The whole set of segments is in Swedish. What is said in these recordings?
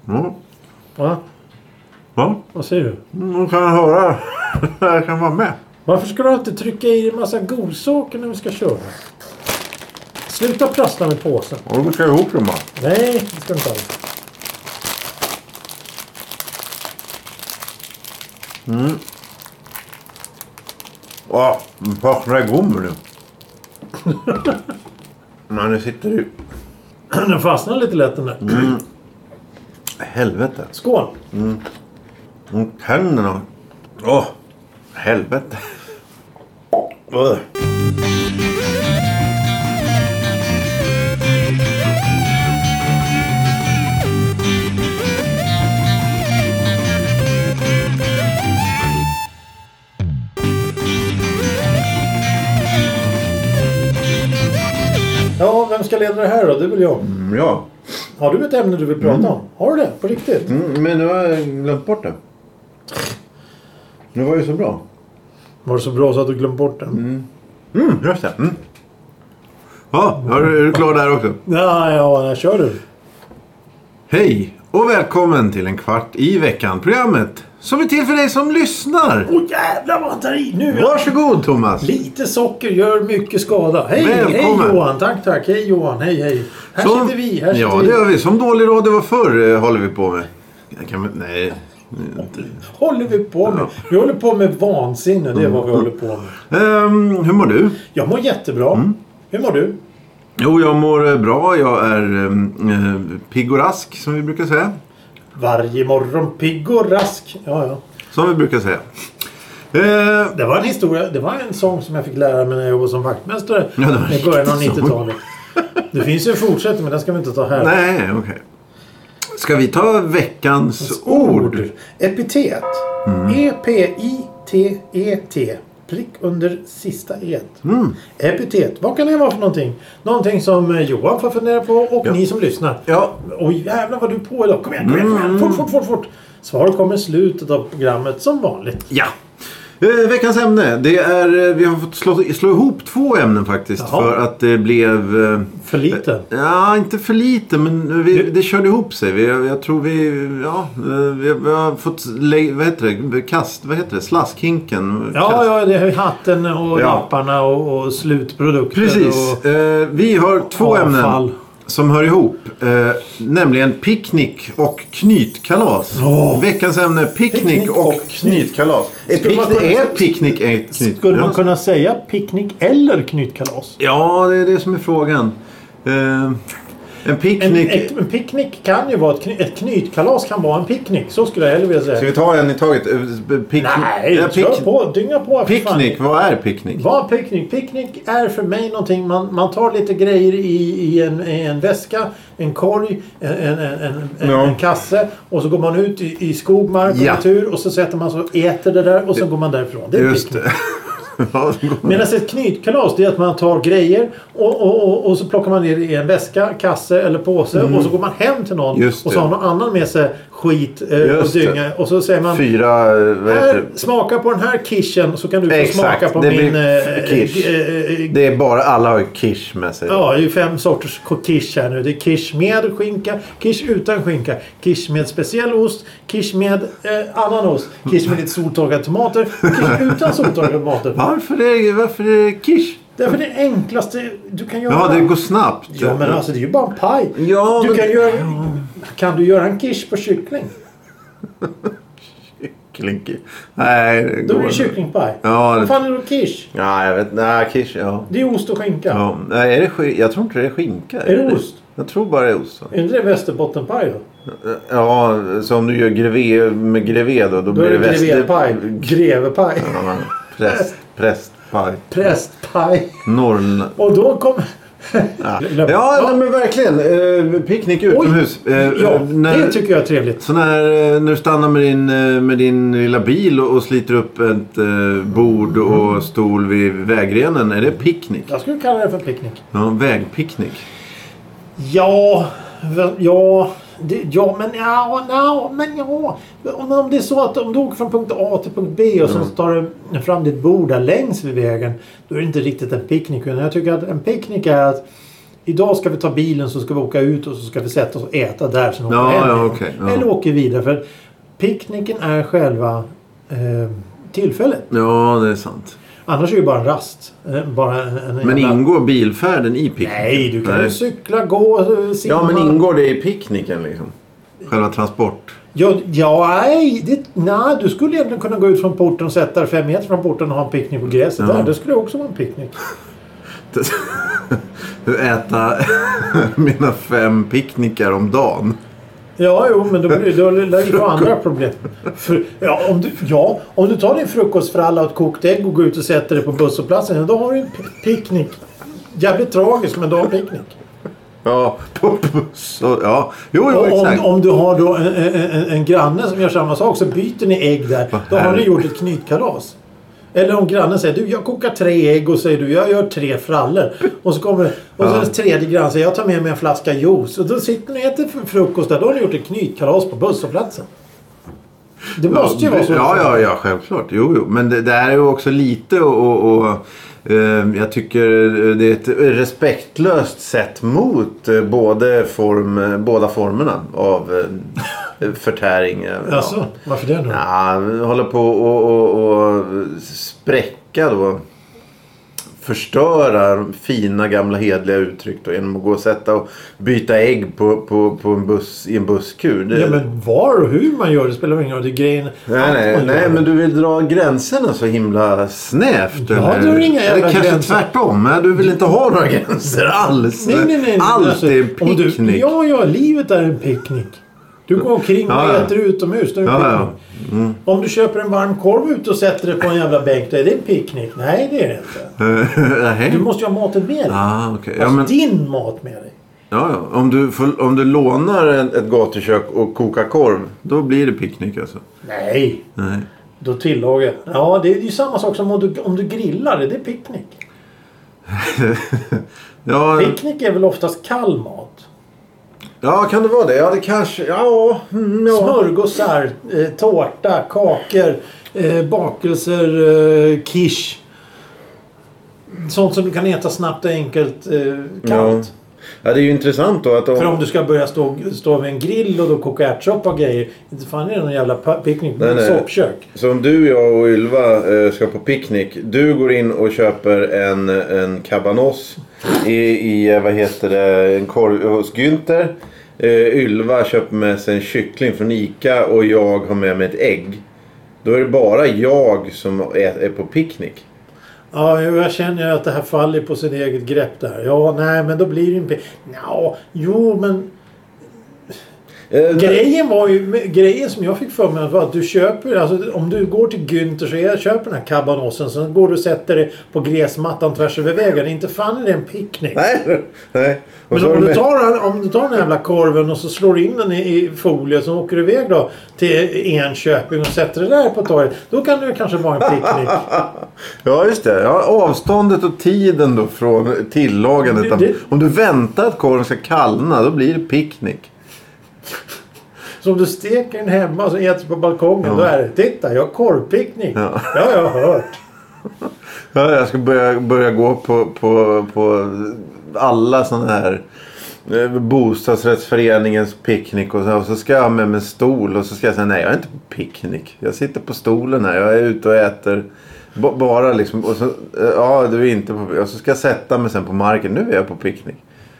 Ja. Va? Va? Vad säger du? Nu kan jag höra. Jag kan vara med. Varför ska du alltid trycka i en massa godsaker när vi ska köra? Sluta prassla med påsen. Och då ska jag ihop dem bara. Nej, det ska inte alls. Vaknar jag gommer nu. Men det sitter ju... Den fastnar lite lätt den där. Helvete. Skål. Tänderna. Helvete. Ja, vem ska leda det här då? Det vill jag. Ja. Har du ett ämne du vill prata om? Har du det? På riktigt? Men nu har jag glömt bort det. Det var ju så bra. Var det så bra så att du glömt bort den? Just det. Ja, är du klar där också? Ja, kör du. Hej och välkommen till en kvart i veckan. Programmet som är till för dig som lyssnar. Jävlar vad han tar i nu. Varsågod Thomas. Lite socker gör mycket skada. Hej Johan. Tack. Hej Johan. Hej. Här sitter vi. Det gör vi. Som dålig radio var förr håller vi på med. Nej. Håller vi på med? Vi håller på med vansinne. Det är vad vi håller på med. Hur mår du? Jag mår jättebra. Hur mår du? Jo, jag mår bra. Jag är pigg och rask som vi brukar säga. Varje morgon pigg och rask. Ja. Som vi brukar säga. Det var en historia. Det var en sång som jag fick lära mig när jag jobbade som vaktmästare. I början av 90-talet. Det finns ju en fortsättning, men den ska vi inte ta här. Nej, okej. Ska vi ta veckans ord? Epitet. E-P-I-T-E-T. Prick under sista et. Epitet. Vad kan det vara för någonting? Någonting som Johan får fundera på och ni som lyssnar. Ja. Oj, jävlar vad du är på idag. Kom igen. Fort. Svaret kommer i slutet av programmet som vanligt. Ja. Veckans ämne, det är, vi har fått slå ihop 2 ämnen faktiskt. Jaha. För att det blev... för lite? Ja, inte för lite, men det körde ihop sig. Jag tror vi har fått, vad heter det? Slaskhinken. Ja, det är hatten och lapparna och slutprodukter. Precis, och vi har 2 ämnen som hör ihop. Nämligen picknick och knytkalas. Veckans ämne picknick och knytkalas. Är picknick ett knytkalas? Skulle man kunna säga picknick eller knytkalas? Ja, det är det som är frågan. En picknick... En picknick kan ju vara ett knytkalas kan vara en picknick. Så skulle jag hellre vilja säga. Ska vi ta en i taget? Nej, kör på. Dynga på. Picknick, vad är picknick? Vad är picknick? Picknick är för mig någonting. Man tar lite grejer i en väska, en korg, en kasse. Och så går man ut i skog, mark och natur. Och så sätter man så äter det där och så går man därifrån. Det är just picknick. Medan ett knytkalas det är att man tar grejer och så plockar man ner i en väska, kasse eller påse och så går man hem till någon och så har någon annan med sig skit och dynga och så säger man smaka på den här kishen så kan du få smaka på min kish. Det är bara alla har kish med sig. Ja, det är 5 sorters kish här nu. Det är kish med skinka, kish utan skinka, kish med speciell ost, kish med annan ost, kish med lite soltorkade tomater, kish utan soltorkade tomater. Varför är det kish? Därför det enklaste du kan göra. Ja, det går snabbt. Ja, men alltså det är ju bara en paj. Ja, kan du göra en kish på kyckling? Kyckling? Nej, då är det kycklingpaj. Ja, vad fan är det kish? Ja, jag vet. Nej, kish, ja. Det är ost och skinka. Ja, nej, jag tror inte det är skinka. Är det ost? Jag tror bara det är ost. Är inte det västerbottenpaj då? Ja, så om du gör grevé då blir det grevépaj. Grevepaj. Ja, prästpaj. Prästpaj. Norrland. Och då kommer... Ja, men verkligen. Picknick utomhus. Det tycker jag är trevligt. Så när du stannar med din lilla bil och sliter upp ett bord och stol vid vägrenen, är det picknick? Jag skulle kalla det för picknick. Ja, vägpicknick. Om det är så att om du åker från punkt A till punkt B och så tar du fram ditt bord där längs vid vägen, då är det inte riktigt en picknick. Jag tycker att en picknick är att idag ska vi ta bilen så ska vi åka ut och så ska vi sätta oss och äta där. Sen åka hem. Ja, okay, ja. Eller åker vidare. För picknicken är själva tillfället. Ja, det är sant. Annars är det bara en rast. Men ingår bilfärden i picknicken? Nej, du kan ju cykla, gå, simma. Ja, men ingår det i picknicken liksom? Själva transport? Nej, du skulle egentligen kunna gå ut från porten och sätta dig 5 meter från porten och ha en picknick på gräset där. Det skulle också vara en picknick. Äta mina 5 picknickar om dagen. Ja, men då lär du få andra problem. Om du tar din frukostfralla och ett kokt ägg och går ut och sätter dig på busshållplatsen, då har du en picknick. Jävligt tragiskt, men då har du en picknick. Ja, på buss. Ja. Jo, exakt. Om du har då en granne som gör samma sak så byter ni ägg där. Då har ni gjort ett knytkalas. Eller om grannen säger, jag kokar 3 ägg och säger jag gör 3 frallor. Och så kommer så den tredje grannen säger, jag tar med mig en flaska juice. Och då sitter ni och äter frukost där. Då har ni gjort ett knytkalas på busshållplatsen. Det måste ju vara så. Ja, självklart. Jo. Men det är ju också lite och jag tycker det är ett respektlöst sätt mot båda formerna av förtäring. Alltså, varför det då? Ja, håller på och spräcka då. Förstöra fina gamla hedliga uttryck då, genom att gå och sätta och byta ägg på en buss i en busskur. Ja, men var och hur man gör det spelar ingen roll. Det är grejen. Nej, men du vill dra gränserna så himla snävt. Jag drar inga jävla gränser. Kanske tvärtom. Du vill inte ha några gränser alls. Nej. Allt är en picknick. Ja, livet är en picknick. Du går omkring och äter utomhus. Om du köper en varm korv ut och sätter det på en jävla bänk, då är det en picknick. Nej, det är det inte. Du måste ju ha maten med dig. Okay. Din mat med dig. Ja. Om du lånar ett gatukök och kokar korv, då blir det picknick alltså. Nej. Då tillagar. Ja, det är ju samma sak som om du grillar. Det är picknick. Picknick är väl oftast kall mat. Ja, kan det vara det? Ja, det kanske... Ja. Smörgåsar, tårta, kakor, bakelser, quiche. Sånt som du kan äta snabbt och enkelt kallt. Ja, det är ju intressant då att... För om du ska börja stå vid en grill och då koka ärtsoppa och grejer. Inte fan är det någon jävla picknick på ett soppkök. Så om du, jag och Ylva ska på picknick. Du går in och köper en cabanos i vad heter det, en korv hos Günther. Ylva köper med sig en kyckling från Ica och jag har med mig ett ägg. Då är det bara jag som är på picknick. Ja, jag känner att det här faller på sitt eget grepp där. Ja, nej, men då blir det en picknick. Ja, jo, men... Grejen som jag fick för mig var att du köper, alltså om du går till Günther så jag köper den här kabanossen, så går du och sätter det på gräsmattan tvärs över vägen. Inte fan är det en picknick. Nej. Men om du tar den jävla korven och så slår in den i folie, så åker du iväg då till Enköping och sätter det där på torget, då kan det kanske vara en picknick. Ja, just det. Ja, avståndet och tiden då från tillagandet. Om du väntar att korven ska kallna, då blir det picknick. Så om du steker den hemma och så äter på balkongen, då är det, titta, jag har korvpicknick. Ja, jag har hört. Ja, jag ska börja gå på alla sådana här bostadsrättsföreningens picknick och så ska jag med en stol och så ska jag säga, nej, jag är inte på picknick. Jag sitter på stolen här, jag är ute och äter bara liksom, och så, ja, du är inte på, och så ska jag sätta mig sen på marken, nu är jag på picknick.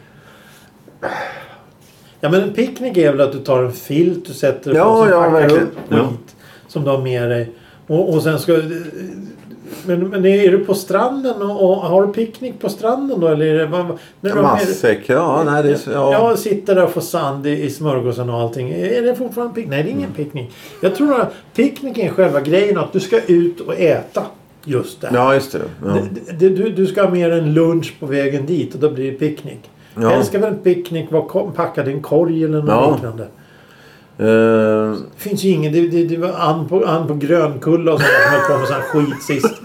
Ja, men en picknick är väl att du tar en filt och sätter på och packar upp skit som du har med dig. Och sen ska... Men är du på stranden och har du picknick på stranden då? Eller är det... Matsäck, ja, sitter där och får sand i smörgåsen och allting. Är det fortfarande picknick? Nej, det är ingen picknick. Jag tror att picknick är själva grejen att du ska ut och äta just där. Ja, just det. Ja. Du ska ha mer en lunch på vägen dit och då blir det picknick. Ja. Helst ska väl en picknick vara packad i en korg eller något liknande. Det finns ju ingen. Det var an på Grönkulla och sånt som höll på med sån här skit sist.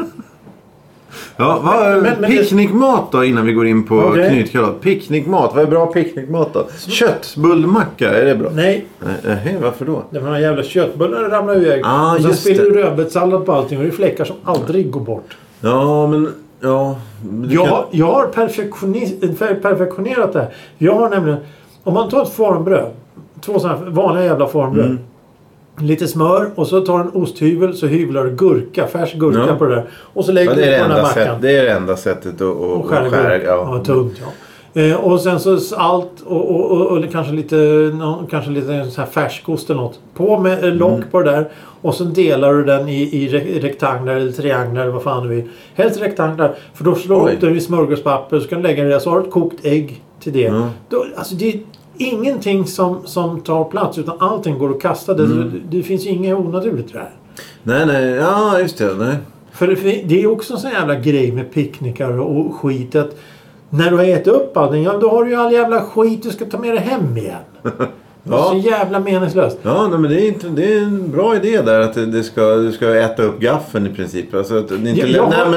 Ja, picknickmat då innan vi går in på knytkalas. Picknickmat, vad är bra picknickmat då? Köttbullmacka, är det bra? Nej. Varför då? Det var några jävla köttbullar ramlar iväg. Och så spiller du rödbetssallad på allting och det är fläckar som aldrig går bort. Ja, men Ja. Jag har perfektionerat det här. Jag har nämligen... Om man tar ett formbröd. 2 sådana vanliga jävla formbröd. Lite smör och så tar en osthyvel så hyvlar du gurka, färsk gurka på det där. Och så lägger du på den här mackan. Det är det enda sättet att skära. Ja, tunt, ja. Och sen så salt och kanske lite så här färskost eller något. På med lock på det där. Och så delar du den i rektanglar eller trianglar eller vad fan du vill. Helst rektanglar. För då slår du upp den i smörgåspapper. Så kan du lägga det där. Så har du ett kokt ägg till det. Då, alltså det är ingenting som tar plats. Utan allting går att kasta. Det finns ju inget onaturligt i det här. Nej. Ja, just det. Nej. För det är också en sån jävla grej med picknickar och skit att när du har ätit upp allting, då har du ju all jävla skit du ska ta med dig hem igen. Det är så jävla meningslöst. Ja, men det är en bra idé där att du ska äta upp gaffeln i princip. Alltså att det inte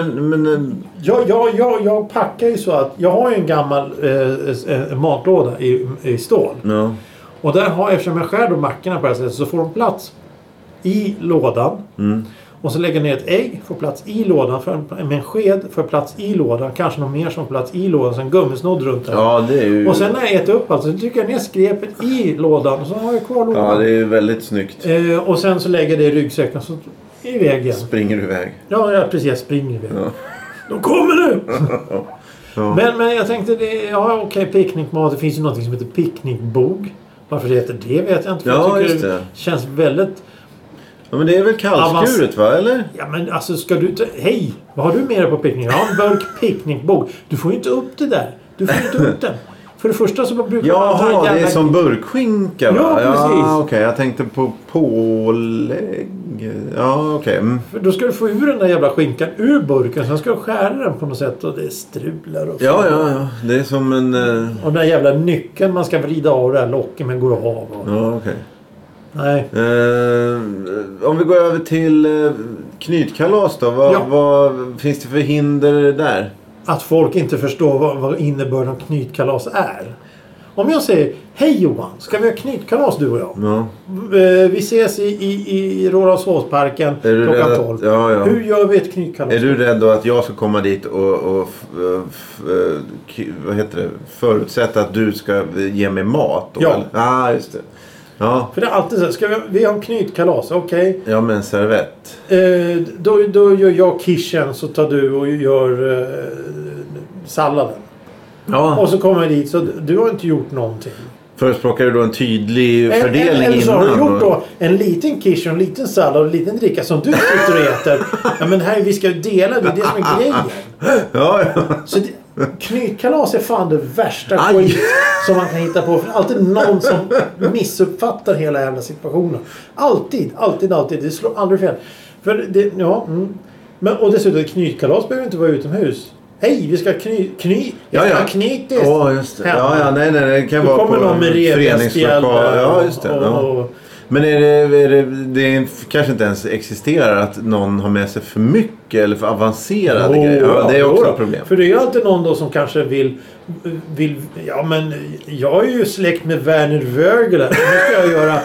jag packar ju så att jag har ju en gammal matlåda i stål. Ja. Och där har, eftersom jag skär då mackorna på det här sättet, så får de plats i lådan. Och så lägger jag ner ett ägg, får plats i lådan med en sked, får plats i lådan, kanske någon mer som får plats i lådan, sen gummisnodd runt där. Ja, det är ju... Och sen när jag äter upp så tycker jag ner skräpet i lådan och så har jag kvar lådan. Ja, det är väldigt snyggt. Och sen så lägger jag det i ryggsäcken så iväg igen. Springer du iväg? Ja, precis, jag springer iväg. Ja. De kommer nu! Men jag tänkte, picknickmat, det finns ju något som heter picknickbog. Varför det heter det vet jag inte. För jag tycker det känns väldigt... Ja, men det är väl kallskuret va, eller? Ja, men alltså ska du... Hej! Vad har du med dig på picknick? Jag har en burk picknickbog. Du får ju inte upp det där. Du får inte upp den. För det första så brukar man... det är som burkskinka va? Ja, precis. Ja, okej. Jag tänkte på pålägg. Ja, okej. För då ska du få ur den där jävla skinkan ur burken. Sen ska du skära den på något sätt och det strular och så. Ja. Det är som en... Och den där jävla nyckeln man ska vrida av det här locket men går av. Ja, okej. Nej. Om vi går över till knytkalas då. Vad finns det för hinder där? Att folk inte förstår vad innebörden av knytkalas är. Om jag säger, hej Johan, ska vi ha knytkalas du och jag? Ja. Vi ses i Rålambshovsparken klockan 12. Ja. Hur gör vi ett knytkalas? Är du rädd då att jag ska komma dit och vad heter det? Förutsätta att du ska ge mig mat? Då, ja. Ja, just det. Ja. För det är alltid så. Ska vi ha en knytkalas? Okej. Ja, men servett. Då gör jag kishen så tar du och gör salladen. Ja. Och så kommer jag dit så du har inte gjort någonting. Förespråkar du då en tydlig fördelning eller så innan? Har du gjort då en liten quiche, en liten sallad och en liten dricka som du sitter och äter. Ja, men här vi ska dela, det är det som är grejen. Ja. Så knytkalas är fan det värsta skit som man kan hitta på. För alltid någon som missuppfattar hela jävla situationen. Alltid. Det slår aldrig fel. För det, Men, och dessutom knytkalas behöver inte vara utomhus. Hej, vi ska knytis. Ja, just det. Ja, nej, det kan vara på föreningslokal. Ja, just det. Men det kanske inte ens existerar att någon har med sig för mycket eller för avancerade grejer. Ja, det är också ett problem. För det är ju alltid någon då som kanske vill ja men jag är ju släkt med Werner Wögler. Nu ska jag göra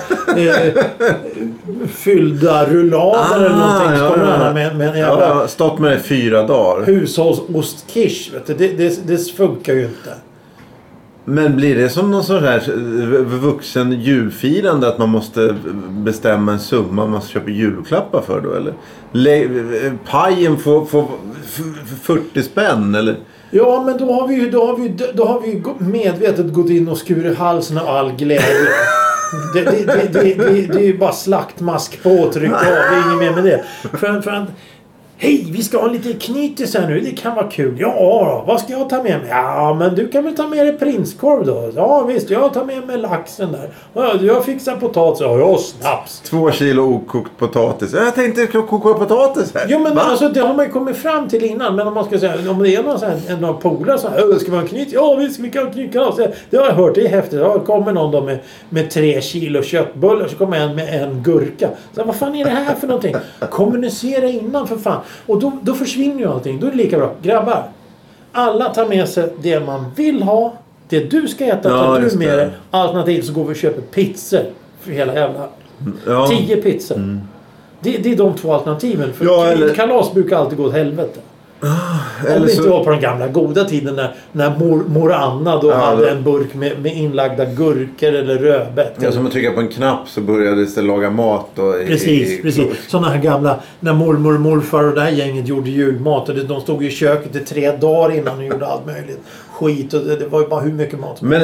fyllda rullader eller någonting. Med en jävla stått med det 4 dagar. Hushållsostkish, vet du. Det funkar ju inte. Men blir det som någon sån här vuxen julfirande att man måste bestämma en summa man köper julklappar för då? Eller pajen får 40 spänn eller? Ja, men då har vi medvetet gått in och skurit halsen av all glädje. Det är ju bara slaktmask på och tryck av. Det är inget mer med det. För att hej, vi ska ha lite knytis här nu. Det kan vara kul. Ja, vad ska jag ta med mig? Ja, men du kan väl ta med dig prinskorv då? Ja, visst. Jag tar med mig laxen där. Ja, jag fixar potatis. Ja, jag snaps. 2 kilo okokt potatis. Jag tänkte koka potatis här. Jo, men alltså, det har man ju kommit fram till innan. Men om man ska säga, om det är någon polare så här, ska man ha knyt? Ja, visst, vi kan ha knytkalas. Det har jag hört, det är häftigt. Ja, kommer någon då med 3 kilo köttbullar så kommer en med en gurka. Så vad fan är det här för någonting? Kommunicera innan för fan. Och då försvinner ju allting. Då är det lika bra. Grabbar, alla tar med sig det man vill ha. Det du ska äta tar du med dig. Alternativt så går vi och köper pizzor. För hela jävla 10 pizzor. Det är de 2 alternativen. För kalas brukar alltid gå åt helvete. Om det inte var på den gamla goda tiden när mor Anna då hade en burk med inlagda gurkor eller rödbett. Ja, som att trycka på en knapp så började det laga mat. Precis. Sådana här gamla, när mormor och morfar och det här gänget gjorde julmat. Och de stod i köket i 3 dagar innan de gjorde allt möjligt. Skit och det var ju bara hur mycket mat. Men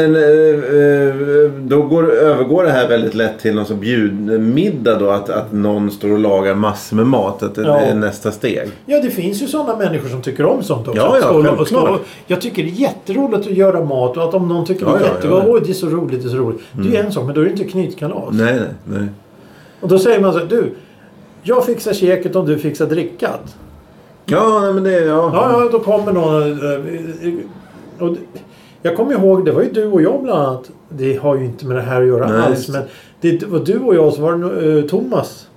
då övergår det här väldigt lätt till någon som bjudmiddag då. Att någon står och lagar massor med mat. Att det är nästa steg. Ja, det finns ju sådana människor som tycker om sånt också. Ja, jag tycker det är jätteroligt att göra mat. Och att om någon tycker det är jättegott, det är så roligt, det är så roligt. Det är en sak, men då är det inte knytkalas. Nej. Och då säger man så här, du, jag fixar käket om du fixar drickat. Ja, men det är... Ja, då kommer någon... Och jag kommer ihåg, det var ju du och jag bland annat. Det har ju inte med det här att göra alls. Men det var du och jag, så var det Thomas.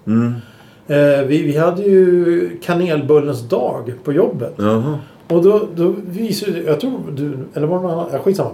Vi hade ju kanelbullens dag på jobbet. Och då visade jag tror du, eller var det någon annan? Skitsamma.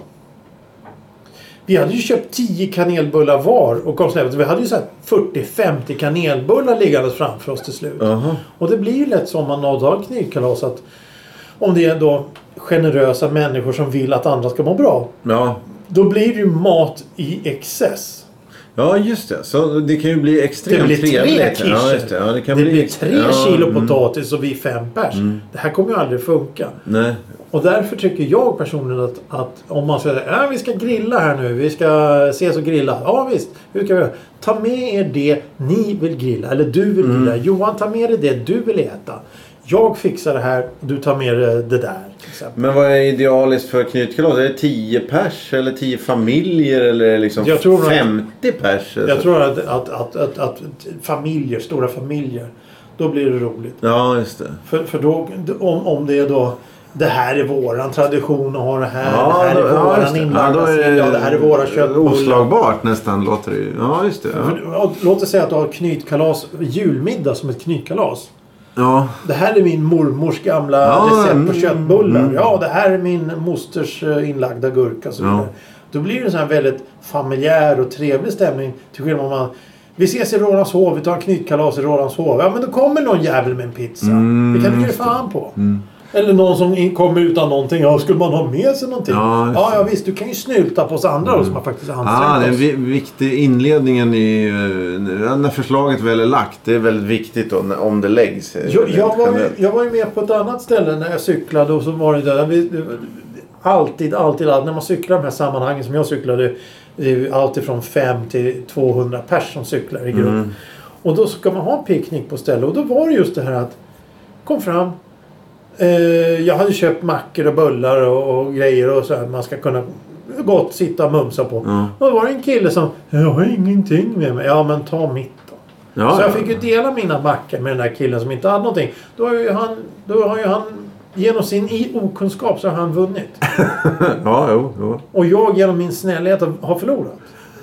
Vi hade ju köpt 10 kanelbullar var och kom snäppet. Vi hade ju så här 40-50 kanelbullar liggandes framför oss till slut. Och det blir ju lätt som man har knytkalas att om det är då generösa människor som vill att andra ska må bra. Ja. Då blir det ju mat i excess. Ja, just det. Så det kan ju bli extremt trevligt. Det blir 3 kilo. Ja, just det. Ja, det blir 3 kilo potatis och vi 5 pers. Det här kommer ju aldrig funka. Nej. Och därför tycker jag personligen att om man säger vi ska grilla här nu. Vi ska ses och grilla. Ja visst, hur ska vi göra? Ta med er det ni vill grilla. Eller du vill grilla. Johan, ta med dig det du vill äta. Jag fixar det här och du tar med det där. Men vad är idealiskt för knytkalas? Är det 10 pers eller 10 familjer eller liksom 50 pers? Jag tror att familjer, stora familjer, då blir det roligt. Ja, just det. För då, om det är då det här är våran tradition att ha det här. Det här är våran inlagda det här är våra köttbullar. Oslagbart nästan låter det ju. Ja, just det. Ja. Låt oss säga att du har knytkalas, julmiddag som ett knytkalas. Ja. Det här är min mormors gamla recept på köttbullar. Ja, det här är min mosters inlagda gurka. Så vidare. Då blir det en sån här väldigt familjär och trevlig stämning. Till skillnad om man... Vi ses i Rålandshov, vi tar en knytkalas i Rålandshov. Ja, men då kommer någon jävel med en pizza. Det kan du ge fan på. Eller någon som kommer utan någonting. Ja, skulle man ha med sig någonting? Ja, visst. Du kan ju snylta på oss andra som har faktiskt ansträngt oss. Det är viktig inledningen i... när förslaget väl är lagt. Det är väldigt viktigt då, om det läggs. Jag var ju med på ett annat ställe när jag cyklade. Och så var det där... Alltid. När man cyklar de här sammanhangen som jag cyklade. Det är allt ifrån 5 till 200 pers som cyklar i grupp. Och då ska man ha picknick på ställe. Och då var det just det här att... Kom fram... jag hade köpt mackor och bullar och grejer och så här. Man ska kunna gott sitta och mumsa på. Och då var det en kille som jag har ingenting med mig. Ja, men ta mitt då. Så jag fick ju dela mina mackor med den där killen som inte hade någonting. Då har ju han genom sin okunskap så har han vunnit. Jo. Och jag genom min snällhet har förlorat.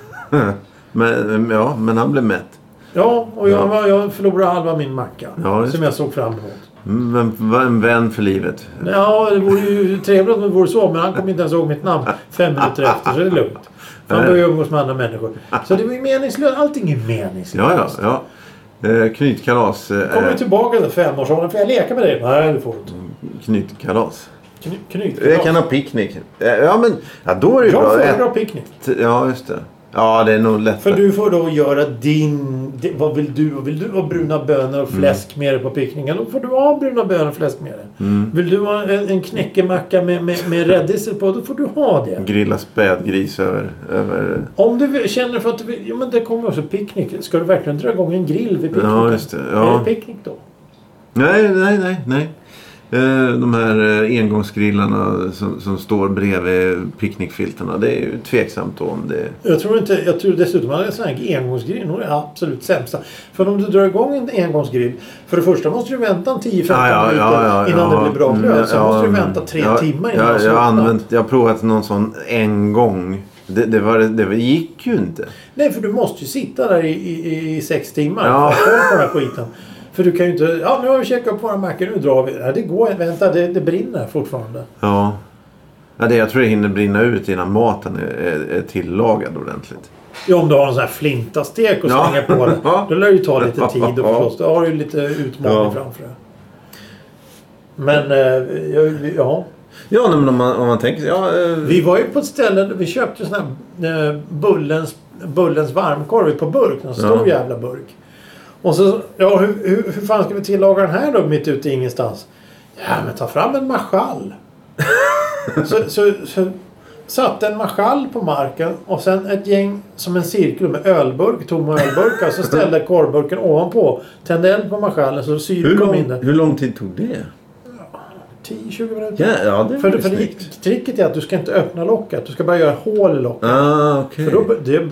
Men han blev mätt. Ja, och jag förlorade halva min macka. Som jag såg fram emot. En vän för livet. Ja, det vore ju trevligt om det vore så. Men han kom inte ens ihåg mitt namn 5 minuter efter. Så det är lugnt. För han börjar umgås med andra människor. Så det var ju meningslöst. Allting är meningslöst. Ja. Knytkalas. Kommer du tillbaka till 5-årsåldern? Får jag leka med dig? Nej, det får du inte. Knytkalas. Knytkalas. Jag kan ha picknick. Ja, men då är det ju bra. Jag får picknick. Ja, just det. Ja, det är nog lätt. För du får då göra vad vill du? Vill du ha bruna bönor och fläsk med dig på picknicken? Då får du ha bruna bönor och fläsk med dig. Vill du ha en knäckemacka med rädisor på? Då får du ha det. Grilla spädgris över... Om du känner för att du vill... Ja, men det kommer också picknick. Ska du verkligen dra igång en grill vid picknicken? Ja, just det. Ja. Är det picknick då? Nej. De här engångsgrillarna som står bredvid picknickfilterna, det är ju tveksamt om det... Jag tror dessutom att en sån här engångsgrill nog är absolut sämsta. För om du drar igång en engångsgrill, för det första måste du vänta 10-15 minuter innan det blir bra glöd. Sen måste du vänta 3 timmar innan jag har provat någon sån en gång. Det gick ju inte. Nej, för du måste ju sitta där i 6 timmar för att hålla på den här skiten. För du kan ju inte... Ja, nu har vi checkat på våra mackor. Nu drar vi. Ja, det går. Vänta, det brinner fortfarande. Ja. Jag tror det hinner brinna ut innan maten är tillagad ordentligt. Ja, om du har en sån här flintastek och slänga på det. Då lär det ju ta lite tid och förstås. Då har du lite utmaning framför dig. Men ja. Ja, men om man tänker... Ja, Vi var ju på ett ställe, vi köpte sån här Bullens varmkorv på burk. En stor jävla burk. Och så, hur fan ska vi tillaga den här då mitt ute i ingenstans? Ja, men ta fram en marschall. så satte en marschall på marken och sen ett gäng som en cirkel med tomma ölburkar. Så ställde korvburken ovanpå. Tände eld på marschallen så syre kom in där. Hur lång tid tog det? 10-20 minuter. Ja, det för tricket är att du ska inte öppna locket. Du ska bara göra hål i locket. Okej. För då,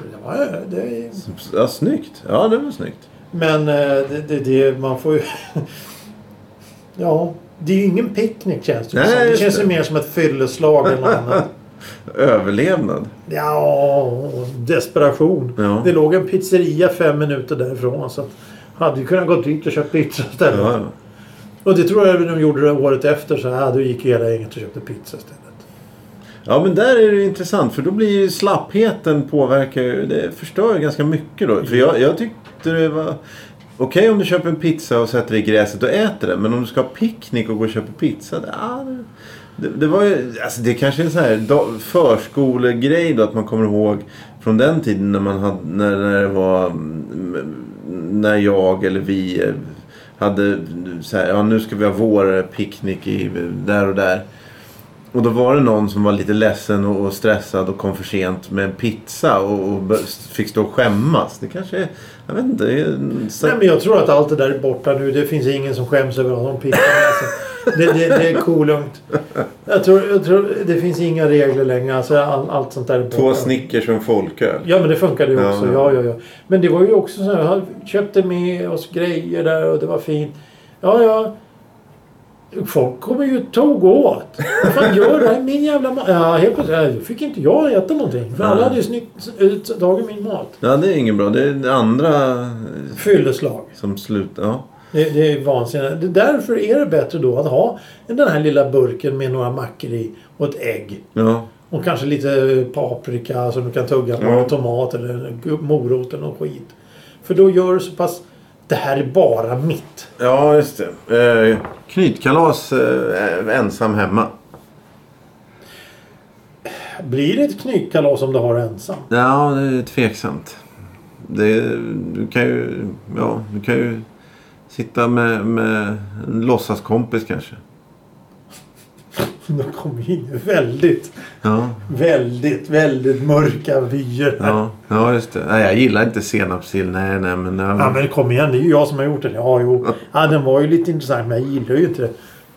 Ja, snyggt. Ja, det var snyggt. Men man får ju... ja, det är ju ingen picknick känns det. Nej, det känns ju mer som ett fylleslag eller något annat. Överlevnad. Ja, desperation. Ja. Det låg en pizzeria 5 minuter därifrån. Så hade ju kunnat gå dit och köpt pizza istället. Ja. Och det tror jag de gjorde det året efter. Så då gick hela gänget och köpte pizza istället. Ja, men där är det intressant. För då blir ju slappheten påverkar. Det förstör ganska mycket då. För jag tyckte det var... Okej, om du köper en pizza och sätter dig i gräset och äter den. Men om du ska ha picknick och gå och köpa pizza. Det var ju... Alltså det kanske är en sån här förskolegrej då. Att man kommer ihåg från den tiden när man hade... När det var... När jag eller vi... hade så här, nu ska vi ha vår picknick där och där. Och då var det någon som var lite ledsen och stressad och kom för sent med en pizza och fick stå och skämmas. Det kanske är, jag vet inte. Nej, men jag tror att allt det där är borta nu. Det finns ingen som skäms över någon pizza. Det är kolugnt. Jag tror det finns inga regler längre. Alltså allt sånt där är borta. 2 Snickers och en folköl. Ja, men det funkade ju också. Ja. Men det var ju också så här. Jag köpte med oss grejer där och det var fint. Ja. Folk kommer ju tåg åt. Vad fan gör det här min jävla mat? Ja, helt plötsligt fick inte jag äta någonting. För alla hade ju tagit min mat. Ja, det är ingen bra. Det är andra... Fylleslag. Som slutar, ja. Det är vansinnigt. Därför är det bättre då att ha den här lilla burken med några mackor i och ett ägg. Ja. Och kanske lite paprika som du kan tugga på. En tomat eller morot eller något skit. För då gör det så pass... Det här är bara mitt. Ja, just det. Knytkalas ensam hemma. Blir det ett knytkalas om du har ensam? Ja, det är tveksamt. Du kan ju sitta med en låtsaskompis kanske. De kommer in väldigt mörka vyer här. Ja, just det. Nej, jag gillar inte senapssill. Nej, men... Ja, men kom igen. Det är ju jag som har gjort det. Ja, jo. Ja, den var ju lite intressant, men jag gillar ju inte det.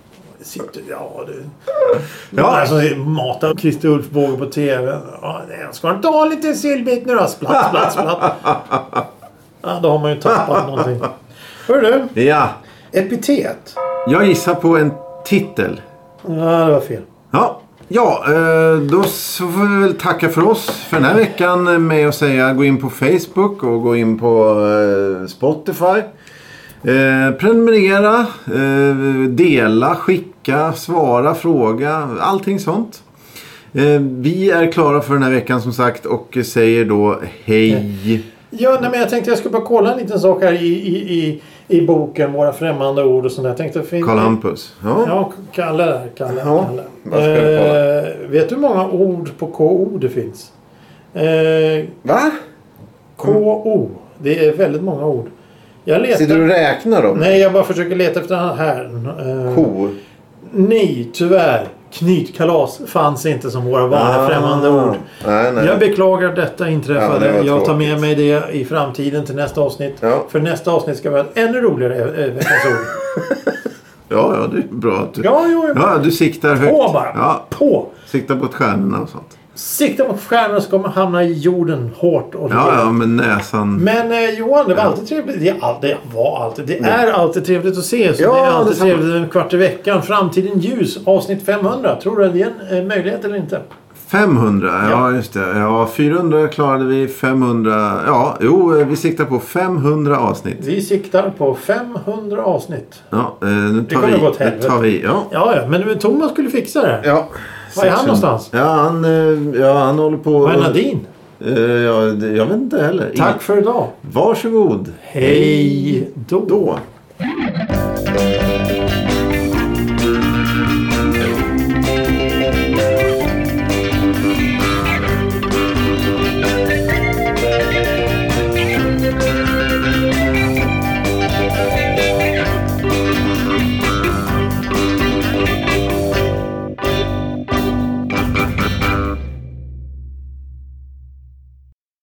Alltså, mata Christer Ulfbåge på tv. Ja, jag ska inte ha lite sillbit nu då. Splatt. Ja, då har man ju tappat någonting. Hör du? Ja. Epitet. Jag gissar på en titel. Ja, det var fel. Ja, då så får vi väl tacka för oss för den här veckan med att säga gå in på Facebook och gå in på Spotify. Prenumerera, dela, skicka, svara, fråga, allting sånt. Vi är klara för den här veckan som sagt och säger då hej. Ja, men jag tänkte jag skulle bara kolla en liten sak här i boken Våra främmande ord och sånt där. Tänkte Karl Hampus. Ja, Kalle. Vet du hur många ord på KO det finns? Va? KO. Det är väldigt många ord. Sitter du och räknar dem? Nej, jag bara försöker leta efter den här. Ko. Nej, tyvärr. Knytkalas fanns inte som våra vanliga främmande ord. Nej. Jag beklagar att detta inträffade. Jag tar med mig det i framtiden till nästa avsnitt. Ja. För nästa avsnitt ska vi ha ett ännu roligare veckans ord. Ja, det är bra att du... Ja, du siktar högt. På bara. Ja. På. Siktar på stjärnorna och sånt. Sikta mot stjärnorna så kommer man hamna i jorden hårt. Och ja, med näsan. Men Johan, det var alltid trevligt. Det är alltid trevligt att se. Så det är alltid trevligt en kvart i veckan. Framtiden ljus, avsnitt 500. Tror du att det är en möjlighet eller inte? 500, ja just det. Ja, 400 klarade vi, 500. Ja, vi siktar på 500 avsnitt. Vi siktar på 500 avsnitt. Ja, nu tar vi. Ja, men Thomas skulle fixa det. Ja. Var är han någonstans? Ja, han håller på... Var är Nadine? Jag vet inte heller. Tack för idag. Varsågod. Hej då.